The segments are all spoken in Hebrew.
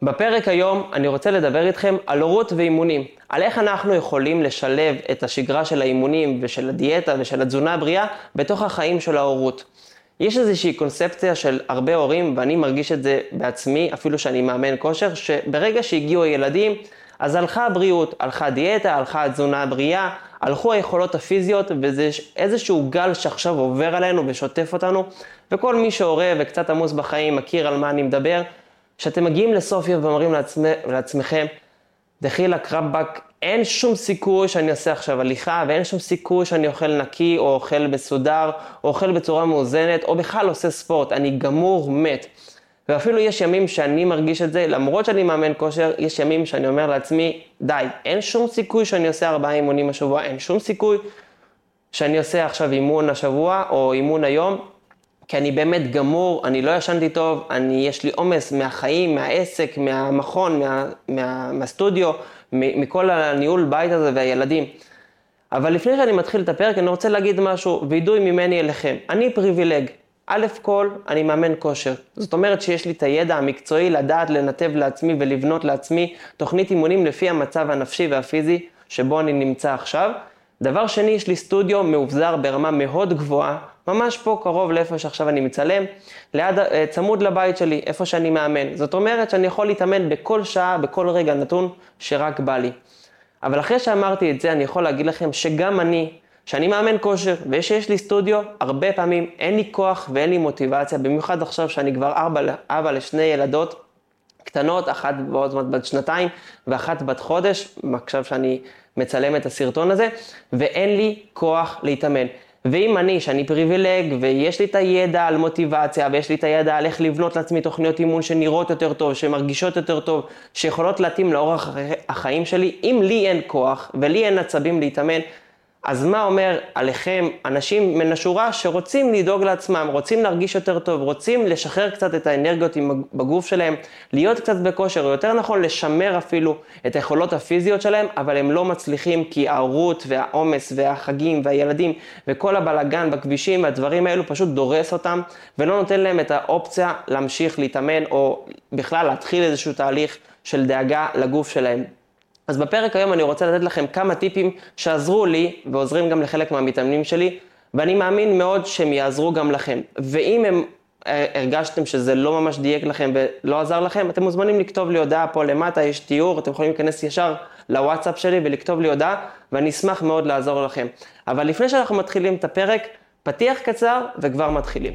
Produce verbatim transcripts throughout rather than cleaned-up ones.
בפרק היום אני רוצה לדבר איתכם על הורות ואימונים, על איך אנחנו יכולים לשלב את השגרה של האימונים ושל הדיאטה ושל התזונה הבריאה בתוך החיים של ההורות. יש איזושהי קונספציה של הרבה הורים, ואני מרגיש את זה בעצמי, אפילו שאני מאמן כושר, שברגע שהגיעו הילדים, אז הלכה הבריאות, הלכה הדיאטה, הלכה התזונה הבריאה, הלכו היכולות הפיזיות, וזה איזשהו גל שעכשיו עובר עלינו ושוטף אותנו, וכל מי שהורה וקצת עמוס בחיים מכיר על מה אני מדבר, שאתם מגיעים לסוף יום ואומרים לעצמי, לעצמכם, דחילק רבק, אין שום סיכוי שאני עושה עכשיו הליכה, ואין שום סיכוי שאני אוכל נקי, או אוכל מסודר, או אוכל בצורה מאוזנת, או בכלל עושה ספורט, אני גמור, מת. ואפילו יש ימים שאני מרגיש את זה, למרות שאני מאמן כושר, יש ימים שאני אומר לעצמי, די, אין שום סיכוי שאני עושה ארבעה אימונים השבוע, אין שום סיכוי שאני עושה עכשיו אימון השבוע, או אימון היום, כי אני באמת גמור, אני לא ישנתי טוב, אני, יש לי עומס מהחיים, מהעסק, מהמכון, מה, מה, מהסטודיו, מכל הניהול בית הזה והילדים. אבל לפני שאני מתחיל את הפרק, אני רוצה להגיד משהו, וידוי ממני אליכם. אני פריבילג. א' כל, אני מאמן כושר. זאת אומרת שיש לי את הידע המקצועי לדעת לנתב לעצמי ולבנות לעצמי תוכנית אימונים לפי המצב הנפשי והפיזי שבו אני נמצא עכשיו. דבר שני, יש לי סטודיו מאובזר ברמה מאוד גבוהה, ממש פה קרוב לאיפה שעכשיו אני מצלם, ליד, צמוד לבית שלי, איפה שאני מאמן. זאת אומרת שאני יכול להתאמן בכל שעה, בכל רגע נתון שרק בא לי. אבל אחרי שאמרתי את זה, אני יכול להגיד לכם שגם אני, שאני מאמן כושר ושיש לי סטודיו, הרבה פעמים אין לי כוח ואין לי מוטיבציה, במיוחד עכשיו שאני כבר אבא, אבא לשני ילדות קטנות, אחת בעוד בת שנתיים ואחת בת חודש, עכשיו שאני מצלם את הסרטון הזה, ואין לי כוח להתאמן. ואם אני, שאני פריבילג, ויש לי את הידע על מוטיבציה, ויש לי את הידע על איך לבנות לעצמי תוכניות אימון שנראות יותר טוב, שמרגישות יותר טוב, שיכולות להתאים לאורח החיים שלי, אם לי אין כוח ולי אין עצבים להתאמן, אז מה אומר עליכם אנשים מן השורה שרוצים לדאוג לעצמם, רוצים להרגיש יותר טוב, רוצים לשחרר קצת את האנרגיות בגוף שלהם, להיות קצת בכושר, או יותר נכון לשמר אפילו את היכולות הפיזיות שלהם, אבל הם לא מצליחים כי ההורות והעומס והחגים והילדים וכל הבלגן בכבישים והדברים האלו פשוט דורס אותם, ולא נותן להם את האופציה להמשיך להתאמן, או בכלל להתחיל איזשהו תהליך של דאגה לגוף שלהם. אז בפרק היום אני רוצה לתת לכם כמה טיפים שעזרו לי ועוזרים גם לחלק מהמתאמנים שלי, ואני מאמין מאוד שהם יעזרו גם לכם. ואם הם הרגשתם שזה לא ממש דייק לכם ולא עזר לכם, אתם מוזמנים לכתוב לי הודעה פה למטה, יש תיאור, אתם יכולים להיכנס ישר לוואטסאפ שלי ולכתוב לי הודעה, ואני אשמח מאוד לעזור לכם. אבל לפני שאנחנו מתחילים את הפרק, פתיח קצר וכבר מתחילים.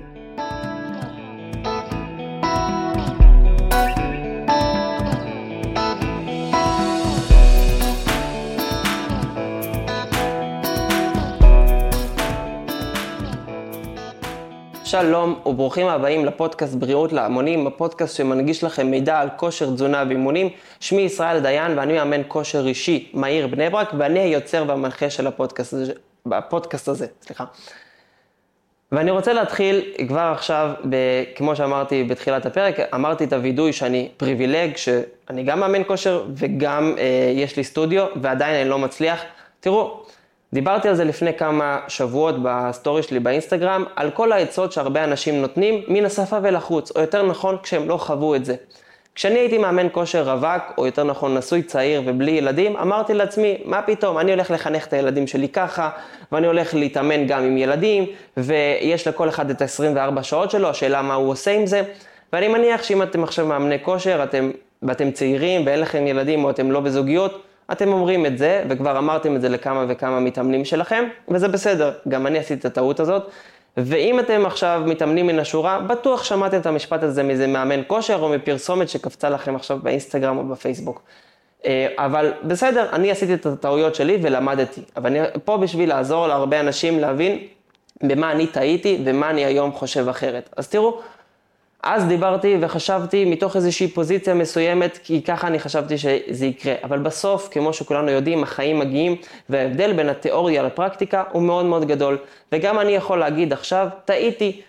שלום וברוכים הבאים לפודקאסט בריאות להמונים, הפודקאסט שמנגיש לכם מידע על כושר, תזונה ואימונים. שמי ישראל דיין ואני מאמן כושר אישי מהיר בני ברק, ואני היוצר והמנחה של הפודקאסט הזה, בפודקאסט הזה, סליחה. ואני רוצה להתחיל כבר עכשיו, כמו שאמרתי בתחילת הפרק, אמרתי את הוידוי שאני פריבילג, שאני גם מאמן כושר וגם אה, יש לי סטודיו ועדיין אני לא מצליח. תראו, דיברתי על זה לפני כמה שבועות בסטורי שלי באינסטגרם, על כל העצות שהרבה אנשים נותנים מן השפה ולחוץ, או יותר נכון כשהם לא חוו את זה. כשאני הייתי מאמן כושר רווק, או יותר נכון נשוי צעיר ובלי ילדים, אמרתי לעצמי, מה פתאום, אני הולך לחנך את הילדים שלי ככה, ואני הולך להתאמן גם עם ילדים, ויש לכל אחד את ה-עשרים וארבע שעות שלו, השאלה מה הוא עושה עם זה, ואני מניח שאם אתם עכשיו מאמני כושר, אתם, ואתם צעירים ואין לכם ילדים או אתם לא בזוגיות, אתם אומרים את זה, וכבר אמרתם את זה לכמה וכמה מתאמנים שלכם, וזה בסדר, גם אני עשיתי את הטעות הזאת. ואם אתם עכשיו מתאמנים מן השורה, בטוח שמעתם את המשפט הזה מאיזה מאמן כושר, או מפרסומת שקפצה לכם עכשיו באינסטגרם או בפייסבוק. אבל בסדר, אני עשיתי את הטעויות שלי ולמדתי, אבל אני פה בשביל לעזור להרבה אנשים להבין במה אני טעיתי, ומה אני היום חושב אחרת. אז תראו, אז דיברתי וחשבתי מתוך איזושהי פוזיציה מסוימת, כי ככה אני חשבתי שזה יקרה. אבל בסוף, כמו שכולנו יודעים, החיים מגיעים, וההבדל בין התיאוריה לפרקטיקה הוא מאוד מאוד גדול. וגם אני יכול להגיד עכשיו, טעיתי.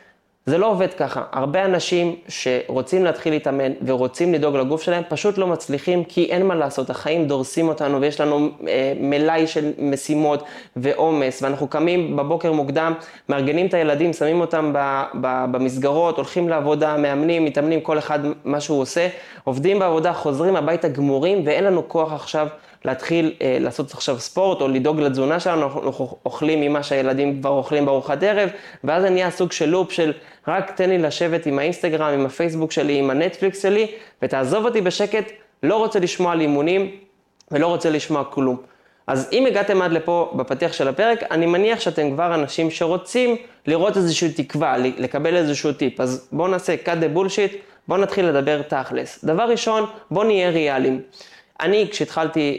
זה לא עובד ככה. הרבה אנשים שרוצים להתחיל להתאמן ורוצים לדאוג לגוף שלהם, פשוט לא מצליחים, כי אין מה לעשות. החיים דורסים אותנו ויש לנו אה, מלאי של משימות ועומס, ואנחנו קמים בבוקר מוקדם, מארגנים את הילדים, שמים אותם ב, ב, במסגרות, הולכים לעבודה, מאמנים, מתאמנים, כל אחד מה שהוא עושה, עובדים בעבודה, חוזרים הביתה גמורים, ואין לנו כוח עכשיו להתחיל אה, לעשות עכשיו ספורט, או לדאוג לתזונה שלנו, אנחנו אוכלים ממה שהילדים כבר אוכלים בארוחת ערב, ואז זה נהיה סוג של לופ של רק תן לי לשבת עם האינסטגרם, עם הפייסבוק שלי, עם הנטפליקס שלי, ותעזוב אותי בשקט, לא רוצה לשמוע על אימונים, ולא רוצה לשמוע כלום. אז אם הגעתם עד לפה בפתיח של הפרק, אני מניח שאתם כבר אנשים שרוצים לראות איזושהי תקווה, לקבל איזשהו טיפ. אז בואו נעשה cut the bullshit, בואו נתחיל לדבר תכלס. דבר ראשון, בואו נהיה ריאליים. אני, כשהתחלתי,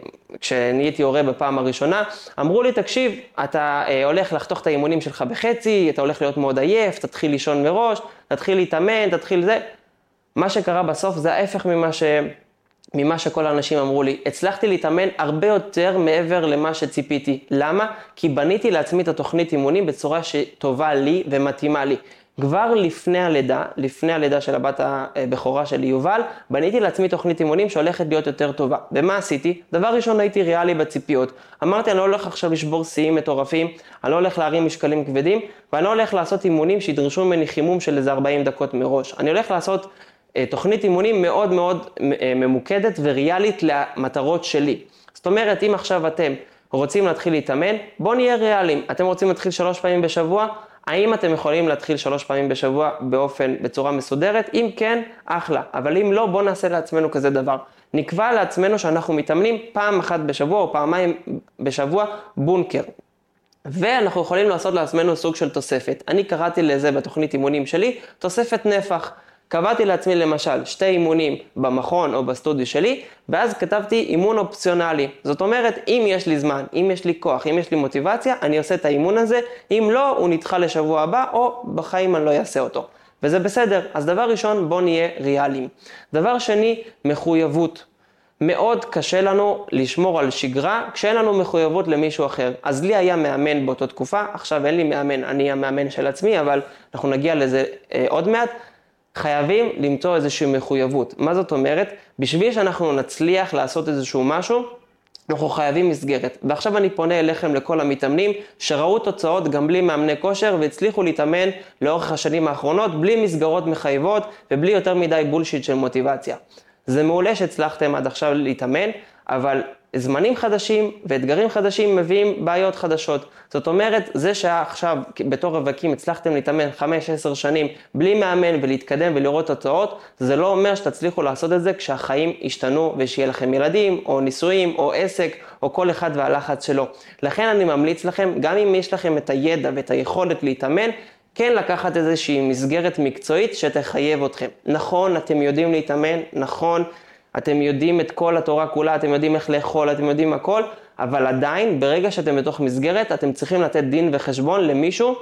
כשנהייתי הורה בפעם הראשונה, אמרו לי, תקשיב, אתה הולך לחתוך את האימונים שלך בחצי, אתה הולך להיות מאוד עייף, תתחיל לישון מראש, תתחיל להתאמן, תתחיל זה. מה שקרה בסוף זה ההפך ממה ש... ממה שכל האנשים אמרו לי. הצלחתי להתאמן הרבה יותר מעבר למה שציפיתי. למה? כי בניתי לעצמי את התוכנית אימונים בצורה שטובה לי ומתאימה לי. כבר לפני הלידה, לפני הלידה של הבת הבכורה שלי יובל, בניתי לעצמי תוכנית אימונים שהולכת להיות יותר טובה. ומה עשיתי? דבר ראשון, הייתי ריאלי בציפיות. אמרתי, אני לא הולך עכשיו לשבור שיאים מטורפים, אני לא הולך להרים משקלים כבדים, ואני לא הולך לעשות אימונים שידרשו ממני חימום של איזה ארבעים דקות מראש. אני הולך לעשות תוכנית אימונים מאוד מאוד ממוקדת וריאלית למטרות שלי. זאת אומרת, אם עכשיו אתם רוצים להתחיל להתאמן, בואו נהיה ריאליים. אתם רוצים להתחיל שלוש פעמים בשבוע? האם אתם יכולים להתחיל שלוש פעמים בשבוע באופן, בצורה מסודרת? אם כן, אחלה. אבל אם לא, בואו נעשה לעצמנו כזה דבר. נקבע לעצמנו שאנחנו מתאמנים פעם אחת בשבוע או פעמיים בשבוע בונקר. ואנחנו יכולים לעשות לעצמנו סוג של תוספת. אני קראתי לזה בתוכנית אימונים שלי, תוספת נפח. קבעתי לעצמי למשל שתי אימונים במכון או בסטודיו שלי, ואז כתבתי אימון אופציונלי. זאת אומרת, אם יש לי זמן, אם יש לי כוח, אם יש לי מוטיבציה, אני עושה את האימון הזה, אם לא, הוא נדחה לשבוע הבא, או בחיים אני לא אעשה אותו. וזה בסדר. אז דבר ראשון, בוא נהיה ריאליים. דבר שני, מחויבות. מאוד קשה לנו לשמור על שגרה כשאין לנו מחויבות למישהו אחר. אז לי היה מאמן באותה תקופה, עכשיו אין לי מאמן, אני המאמן של עצמי, אבל אנחנו נגיע לזה אה, עוד מעט. חייבים למצוא איזושהי מחויבות. מה זאת אומרת? בשביל שאנחנו נצליח לעשות איזשהו משהו, אנחנו חייבים מסגרת. ועכשיו אני פונה אליכם לכל המתאמנים שראו תוצאות גם בלי מאמני כושר והצליחו להתאמן לאורך השנים האחרונות בלי מסגרות מחייבות ובלי יותר מדי בולשיט של מוטיבציה. זה מעולה שהצלחתם עד עכשיו להתאמן, אבל זמנים חדשים ואתגרים חדשים מביאים בעיות חדשות. זאת אומרת, זה שעכשיו בתור רווקים הצלחתם להתאמן חמש עשר שנים בלי מאמן ולהתקדם ולראות תוצאות, זה לא אומר שתצליחו לעשות את זה כשהחיים ישתנו ושיהיה לכם ילדים או נישואים או עסק או כל אחד והלחץ שלו. לכן אני ממליץ לכם, גם אם יש לכם את הידע ואת היכולת להתאמן, כן לקחת איזושהי מסגרת מקצועית שתחייב אתכם. נכון, אתם יודעים להתאמן, נכון, אתם יודעים את כל התורה כולה, אתם יודעים איך לאכול, אתם יודעים הכל, אבל עדיין, ברגע שאתם בתוך מסגרת, אתם צריכים לתת דין וחשבון למישהו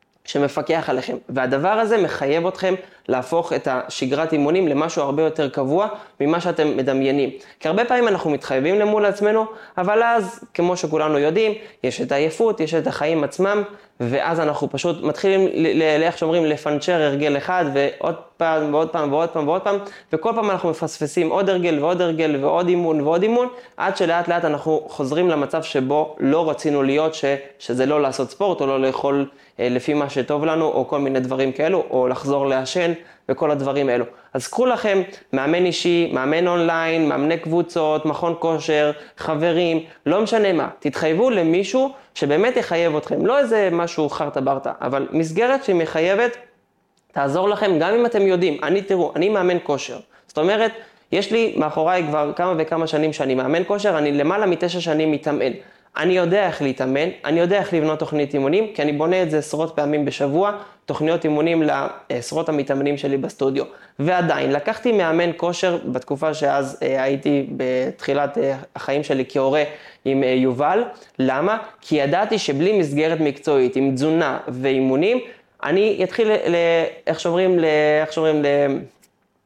שמפקח עליכם. והדבר הזה מחייב אתכם להפוך את השגרת אימונים למשהו הרבה יותר קבוע ממה שאתם מדמיינים. כי הרבה פעמים אנחנו מתחייבים למול עצמנו, אבל אז, כמו שכולנו יודעים, יש את העייפות, יש את החיים עצמם, ואז אנחנו פשוט מתחילים, לאיך שאומרים, לפנצ'ר הרגל אחד, ועוד פעם ועוד פעם ועוד פעם ועוד פעם, וכל פעם אנחנו מפספסים עוד הרגל ועוד הרגל ועוד אימון ועוד אימון, עד שלאט לאט אנחנו חוזרים למצב שבו לא רצינו להיות, ש, שזה לא לעשות ספורט, או לא לאכול אה, לפי מה שטוב לנו, או כל מיני דברים כאלו, או לחזור לעשן, וכל הדברים האלו. אז קחו לכם מאמן אישי, מאמן אונליין, מאמני קבוצות, מכון כושר, חברים, לא משנה מה. תתחייבו למישהו שבאמת יחייב אתכם. לא איזה משהו חרטה ברטה, אבל מסגרת שהיא מחייבת, תעזור לכם גם אם אתם יודעים. אני תראו, אני מאמן כושר. זאת אומרת, יש לי מאחוריי כבר כמה וכמה שנים שאני מאמן כושר, אני למעלה מתשע שנים מתאמן. אני יודע איך להתאמן, אני יודע איך לבנות תוכנית אימונים, כי אני בונה את זה עשרות פעמים בשבוע, תוכניות אימונים לעשרות המתאמנים שלי בסטודיו. ועדיין, לקחתי מאמן כושר בתקופה שאז אה, הייתי בתחילת אה, החיים שלי כהורה עם אה, יובל. למה? כי ידעתי שבלי מסגרת מקצועית, עם תזונה ואימונים, אני אתחיל, ל, איך שאומרים, ל, איך שאומרים, ל,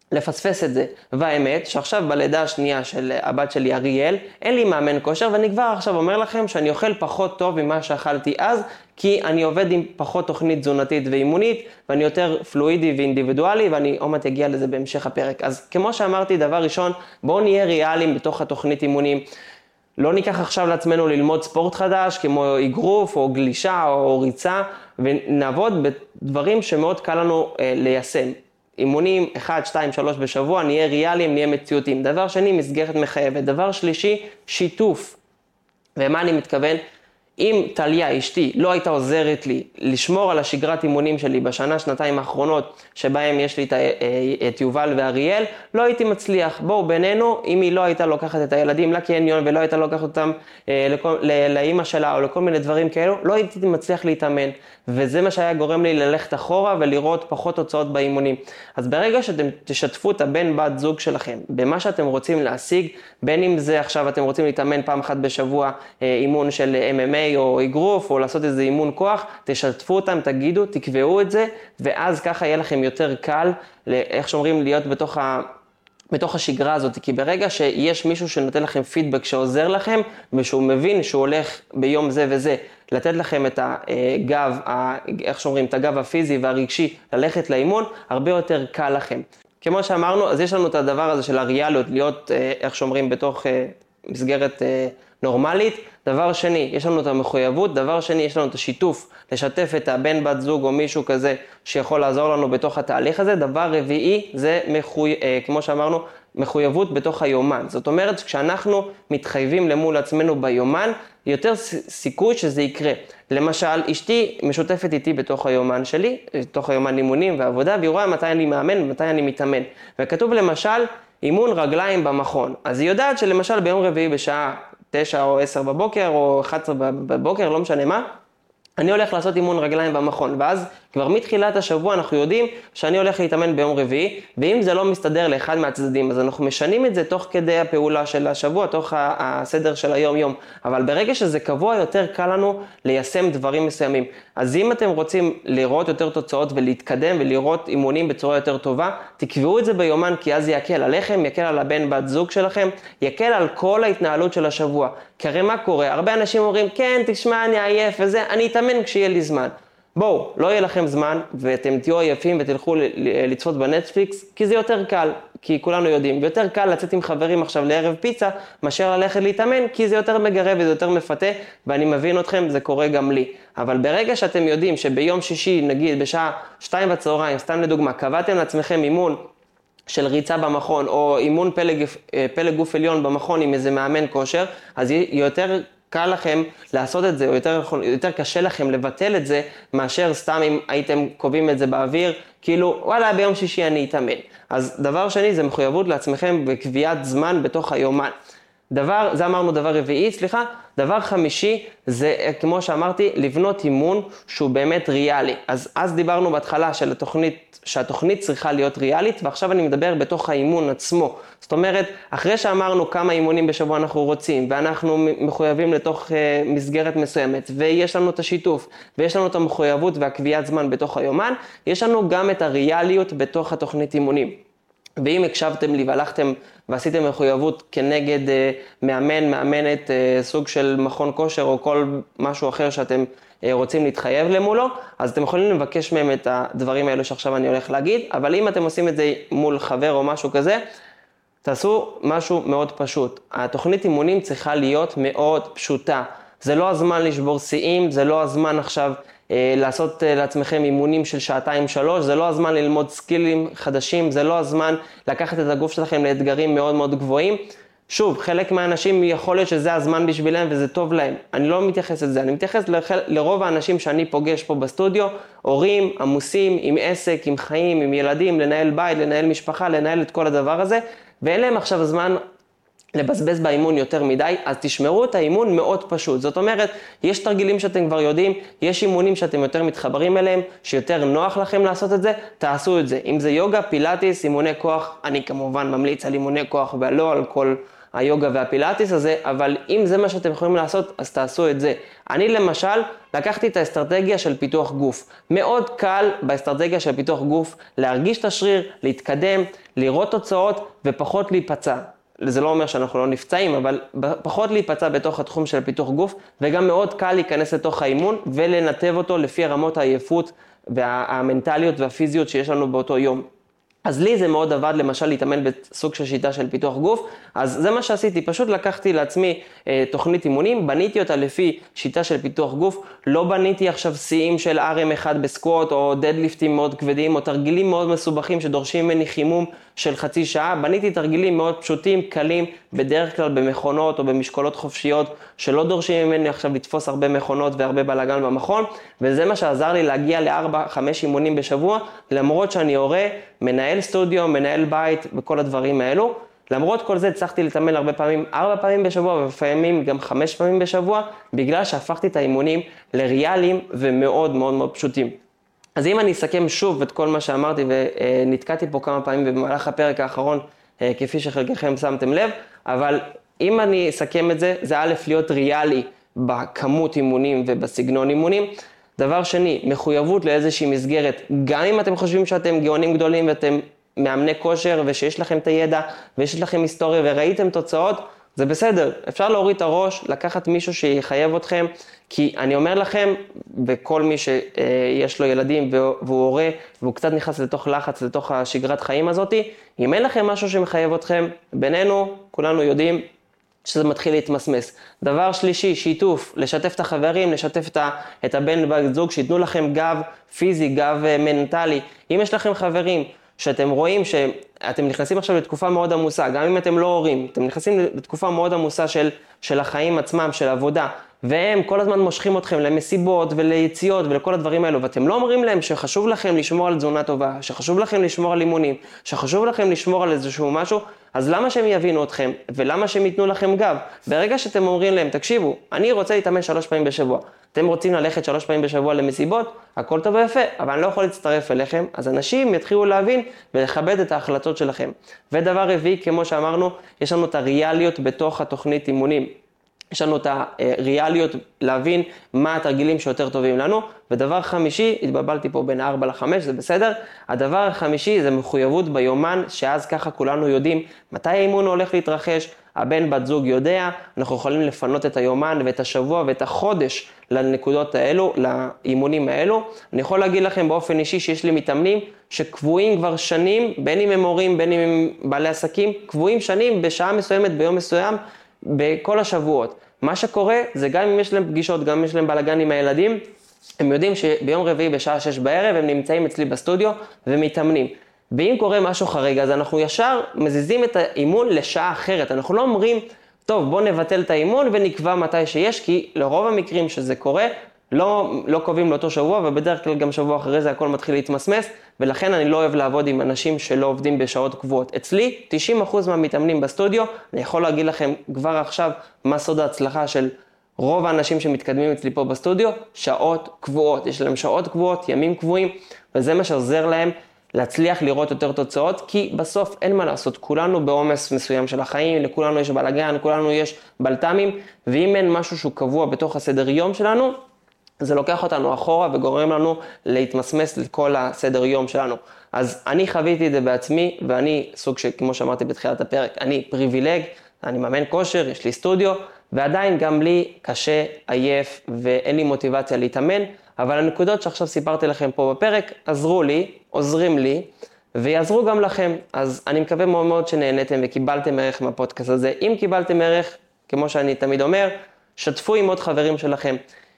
לפספס את זה. והאמת שעכשיו בלידה השנייה של הבת שלי אריאל, אין לי מאמן כושר, ואני כבר עכשיו אומר לכם שאני אוכל פחות טוב ממה שאכלתי אז, כי אני עובד עם פחות תוכנית תזונתית ואימונית, ואני יותר פלואידי ואינדיבידואלי, ואני עוד מעט אגיע לזה בהמשך הפרק. אז כמו שאמרתי, דבר ראשון, בואו נהיה ריאליים בתוך התוכנית אימונים. לא ניקח עכשיו לעצמנו ללמוד ספורט חדש, כמו אגרוף או גלישה או ריצה, ונעבוד בדברים שמאוד קל לנו אה, ליישם. אימונים אחד, שתיים, שלוש בשבוע, נהיה ריאליים, נהיה מציאותיים. דבר שני, מסגרת מחייבת. דבר שלישי, שיתוף. ומה אני מתכוון? אם טליה, אשתי, לא הייתה עוזרת לי לשמור על השגרת אימונים שלי בשנה, שנתיים האחרונות, שבהם יש לי את, את יובל ואריאל, לא הייתי מצליח. בואו, בינינו, אם היא לא הייתה לוקחת את הילדים לקניון, ולא הייתה לוקחת אותם אה, לכל, לאמא שלה, או לכל מיני דברים כאלו, לא הייתי מצליח להתאמן. וזה מה שהיה גורם לי ללכת אחורה, ולראות פחות תוצאות באימונים. אז ברגע שאתם תשתפו את הבן בת זוג שלכם, במה שאתם רוצים להשיג, בין אם זה עכשיו אתם רוצים להתאמן פעם אחת בשבוע, אה, אימון של אם אם איי, או אגרוף, או לעשות איזה אימון כוח, תשתפו אותם, תגידו, תקבעו את זה, ואז ככה יהיה לכם יותר קל, איך שאומרים, להיות בתוך ה... בתוך השגרה הזאת, כי ברגע שיש מישהו שנותן לכם פידבק שעוזר לכם, ושהוא מבין שהוא הולך ביום זה וזה, לתת לכם את הגב, איך שאומרים, את הגב הפיזי והרגשי, ללכת לאימון, הרבה יותר קל לכם. כמו שאמרנו, אז יש לנו את הדבר הזה של הריאליות, להיות, איך שאומרים, בתוך מסגרת נורמלית. דבר שני, יש לנו את המחויבות. דבר שני, יש לנו את השיתוף, לשתף את הבן בת זוג או מישהו כזה שיכול לעזור לנו בתוך התהליך הזה. דבר רביעי, זה מחוי... כמו שאמרנו, מחויבות בתוך היומן. זאת אומרת, כשאנחנו מתחייבים למול עצמנו ביומן, יותר סיכוי שזה יקרה. למשל, אשתי משותפת איתי בתוך היומן שלי, בתוך היומן אימונים ועבודה, והיא רואה מתי אני מאמן ומתי אני מתאמן. וכתוב למשל, אימון רגליים במכון. אז היא יודעת שלמשל ביום רביעי בשעה תשע או עשר בבוקר או אחת עשרה בבוקר, לא משנה מה, אני הולך לעשות אימון רגליים במכון, ואז כבר מתחילת השבוע אנחנו יודעים שאני הולך להתאמן ביום רביעי, ואם זה לא מסתדר לאחד מהצדדים, אז אנחנו משנים את זה תוך כדי הפעולה של השבוע, תוך הסדר של היום-יום. אבל ברגע שזה קבוע, יותר קל לנו ליישם דברים מסוימים. אז אם אתם רוצים לראות יותר תוצאות ולהתקדם ולראות אימונים בצורה יותר טובה, תקבעו את זה ביומן, כי אז יקל עליכם, יקל על הבן בת זוג שלכם, יקל על כל ההתנהלות של השבוע. כי הרי מה קורה? הרבה אנשים אומרים, כן, תשמע, אני עייף וזה, אני אתאמן כשיהיה לי זמן. בואו, לא יהיה לכם זמן, ואתם תהיו עייפים ותלכו לצפות בנטפליקס, כי זה יותר קל, כי כולנו יודעים. ויותר קל לצאת עם חברים עכשיו לערב פיצה, מאשר ללכת להתאמן, כי זה יותר מגרב וזה יותר מפתה, ואני מבין אתכם, זה קורה גם לי. אבל ברגע שאתם יודעים שביום שישי, נגיד בשעה שתיים בצהריים, סתם לדוגמה, קבעתם לעצמכם אימון של ריצה במכון, או אימון פלג, פלג גוף עליון במכון עם איזה מאמן כושר, אז יותר קל לכם לעשות את זה, או יותר, יותר קשה לכם לבטל את זה, מאשר סתם אם הייתם קובעים את זה באוויר, כאילו, וואלה, ביום שישי אני אתאמן. אז דבר שני, זה מחויבות לעצמכם בקביעת זמן בתוך היומן. דבר, זה אמרנו דבר רביעי, סליחה, דבר חמישי, זה כמו שאמרתי, לבנות אימון שהוא באמת ריאלי. אז, אז דיברנו בהתחלה של התוכנית, שהתוכנית צריכה להיות ריאלית, ועכשיו אני מדבר בתוך האימון עצמו. זאת אומרת, אחרי שאמרנו כמה אימונים בשבוע אנחנו רוצים, ואנחנו מחויבים לתוך uh, מסגרת מסוימת, ויש לנו את השיתוף, ויש לנו את המחויבות והקביעת זמן בתוך היומן, יש לנו גם את הריאליות בתוך התוכנית אימונים. ואם הקשבתם לי והלכתם ועשיתם מחויבות כנגד uh, מאמן, מאמנת, uh, סוג של מכון כושר או כל משהו אחר שאתם uh, רוצים להתחייב למולו, אז אתם יכולים לבקש מהם את הדברים האלו שעכשיו אני הולך להגיד, אבל אם אתם עושים את זה מול חבר או משהו כזה, תעשו משהו מאוד פשוט. התוכנית אימונים צריכה להיות מאוד פשוטה. זה לא הזמן לשבור שיאים, זה לא הזמן עכשיו אה, לעשות אה, לעצמכם אימונים של שעתיים שלוש, זה לא הזמן ללמוד סקילים חדשים, זה לא הזמן לקחת את הגוף שלכם לאתגרים מאוד מאוד גבוהים. שוב, חלק מהאנשים יכול להיות שזה הזמן בשבילם וזה טוב להם. אני לא מתייחס לזה, אני מתייחס לחל... לרוב האנשים שאני פוגש פה בסטודיו, הורים, עמוסים, עם עסק, עם חיים, עם ילדים, לנהל בית, לנהל משפחה, לנהל את כל הדבר הזה, ואין להם עכשיו זמן לבזבז באימון יותר מדי, אז תשמרו את האימון מאוד פשוט. זאת אומרת, יש תרגילים שאתם כבר יודעים, יש אימונים שאתם יותר מתחברים אליהם, שיותר נוח לכם לעשות את זה, תעשו את זה. אם זה יוגה, פילאטיס, אימוני כוח, אני כמובן ממליץ על אימוני כוח ולא על כל היוגה והפילאטיס הזה, אבל אם זה מה שאתם יכולים לעשות, אז תעשו את זה. אני למשל, לקחתי את האסטרטגיה של פיתוח גוף. מאוד קל באסטרטגיה של פיתוח גוף להרגיש את השריר, להתקדם, לראות תוצאות ופחות להיפצע. זה לא אומר שאנחנו לא נפצעים, אבל פחות להיפצע בתוך התחום של פיתוח גוף, וגם מאוד קל להיכנס לתוך האימון ולנתב אותו לפי רמות העייפות והמנטליות והפיזיות שיש לנו באותו יום. אז לי זה מאוד עבד למשל להתאמן בסוג של שיטה של פיתוח גוף, אז זה מה שעשיתי, פשוט לקחתי לעצמי אה, תוכנית אימונים, בניתי אותה לפי שיטה של פיתוח גוף, לא בניתי עכשיו שיאים של אר אם אחד בסקווט או דדליפטים מאוד כבדים או תרגילים מאוד מסובכים שדורשים ממני חימום של חצי שעה, בניתי תרגילים מאוד פשוטים, קלים, בדרך כלל במכונות או במשקולות חופשיות שלא דורשים ממני עכשיו לתפוס הרבה מכונות והרבה בלגן במכון, וזה מה שעזר לי להגיע ל-ארבע חמש אימונים בשבוע, למרות שאני הורה, מנהל סטודיו, מנהל בית וכל הדברים האלו. למרות כל זה הצלחתי להתאמן הרבה פעמים, ארבע פעמים בשבוע ולפעמים גם חמש פעמים בשבוע, בגלל שהפכתי את האימונים לריאליים ומאוד מאוד מאוד פשוטים. אז אם אני אסכם שוב את כל מה שאמרתי ונתקעתי פה כמה פעמים במהלך הפרק האחרון, כפי שחלקכם שמתם לב, אבל אם אני אסכם את זה, זה א' להיות ריאלי בכמות אימונים ובסגנון אימונים. דבר שני, מחויבות לאיזושהי מסגרת, גם אם אתם חושבים שאתם גאונים גדולים ואתם מאמני כושר ושיש לכם את הידע ויש לכם היסטוריה וראיתם תוצאות, זה בסדר. אפשר להוריד את הראש, לקחת מישהו שיחייב אתכם, כי אני אומר לכם, וכל מי שיש לו ילדים והוא הורה והוא קצת נכנס לתוך לחץ, לתוך השגרת חיים הזאת, אם אין לכם משהו שמחייב אתכם, בינינו, כולנו יודעים, שזה מתחיל להתמסמס. דבר שלישי, שיתוף, לשתף את החברים, לשתף את, ה, את הבן בת זוג, שיתנו לכם גב פיזי, גב מנטלי. אם יש לכם חברים שאתם רואים שאתם נכנסים עכשיו לתקופה מאוד עמוסה, גם אם אתם לא הורים, אתם נכנסים לתקופה מאוד עמוסה של, של החיים עצמם, של עבודה, והם כל הזמן מושכים אתכם למסיבות וליציאות ולכל הדברים האלו, ואתם לא אומרים להם שחשוב לכם לשמור על תזונה טובה, שחשוב לכם לשמור על אימונים, שחשוב לכם לשמור על איזשהו משהו, אז למה שהם יבינו אתכם ולמה שהם ייתנו לכם גב? ברגע שאתם אומרים להם, תקשיבו, אני רוצה להתאמן שלוש פעמים בשבוע, אתם רוצים ללכת שלוש פעמים בשבוע למסיבות, הכל טוב ויפה, אבל אני לא יכול להצטרף אליכם, אז אנשים יתחילו להבין ולכבד את ההחלטות שלכם. ודבר רביעי, כמו שאמרנו, יש לנו את הריאליות בתוך התוכנית אימונים. יש לנו את הריאליות להבין מה התרגילים שיותר טובים לנו, ודבר חמישי, התבלבלתי פה בין ארבע לחמש, זה בסדר, הדבר החמישי זה מחויבות ביומן, שאז ככה כולנו יודעים מתי האימון הולך להתרחש, הבן בת זוג יודע, אנחנו יכולים לפנות את היומן ואת השבוע ואת החודש לנקודות האלו, לאימונים האלו. אני יכול להגיד לכם באופן אישי שיש לי מתאמנים שקבועים כבר שנים, בין אם הם הורים, בין אם הם בעלי עסקים, קבועים שנים בשעה מסוימת, ביום מסוים, בכל השבועות. מה שקורה זה גם אם יש להם פגישות, גם אם יש להם בלגן עם הילדים, הם יודעים שביום רביעי בשעה שש בערב הם נמצאים אצלי בסטודיו ומתאמנים. ואם קורה משהו חריג, אז אנחנו ישר מזיזים את האימון לשעה אחרת. אנחנו לא אומרים, טוב, בוא נבטל את האימון ונקבע מתי שיש, כי לרוב המקרים שזה קורה, לא, לא קובעים לאותו שבוע, ובדרך כלל גם שבוע אחרי זה הכל מתחיל להתמסמס, ולכן אני לא אוהב לעבוד עם אנשים שלא עובדים בשעות קבועות. אצלי, תשעים אחוז מהמתאמנים בסטודיו, אני יכול להגיד לכם כבר עכשיו מה סוד ההצלחה של רוב האנשים שמתקדמים אצלי פה בסטודיו, שעות קבועות. יש להם שעות קבועות, ימים קבועים, וזה מה שעוזר להם להצליח לראות יותר תוצאות, כי בסוף אין מה לעשות, כולנו בעומס מסוים של החיים, לכולנו יש בלגן, לכולנו יש בלטמים, ואם אין משהו שהוא קבוע בתוך הסדר יום שלנו, זה לוקח אותנו אחורה וגורם לנו להתמסמס לכל הסדר יום שלנו. אז אני חוויתי את זה בעצמי, ואני סוג שכמו שאמרתי בתחילת הפרק, אני פריבילג, אני מאמן כושר, יש לי סטודיו, ועדיין גם לי קשה, עייף, ואין לי מוטיבציה להתאמן, אבל הנקודות שעכשיו סיפרתי לכם פה בפרק, עזרו לי, עוזרים לי, ויעזרו גם לכם. אז אני מקווה מאוד מאוד שנהנתם וקיבלתם ערך מהפודקאסט הזה. אם קיבלתם ערך, כמו שאני תמיד אומר, שתפו עם עוד חברים שלכם.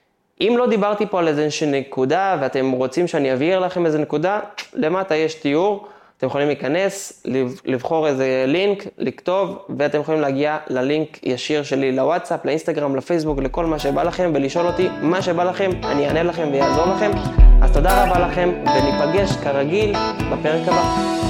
אם לא דיברתי פה על איזושהי נקודה, ואתם רוצים שאני אבהיר לכם איזו נקודה, למטה יש תיאור, אתם יכולים להיכנס, לבחור איזה לינק, לכתוב, ואתם יכולים להגיע ללינק ישיר שלי לוואטסאפ, לאינסטגרם, לפייסבוק, לכל מה שבא לכם, ולשאול אותי מה שבא לכם, אני אענה לכם ויעזור לכם. אז תודה רבה לכם, וניפגש כרגיל בפרק הבא.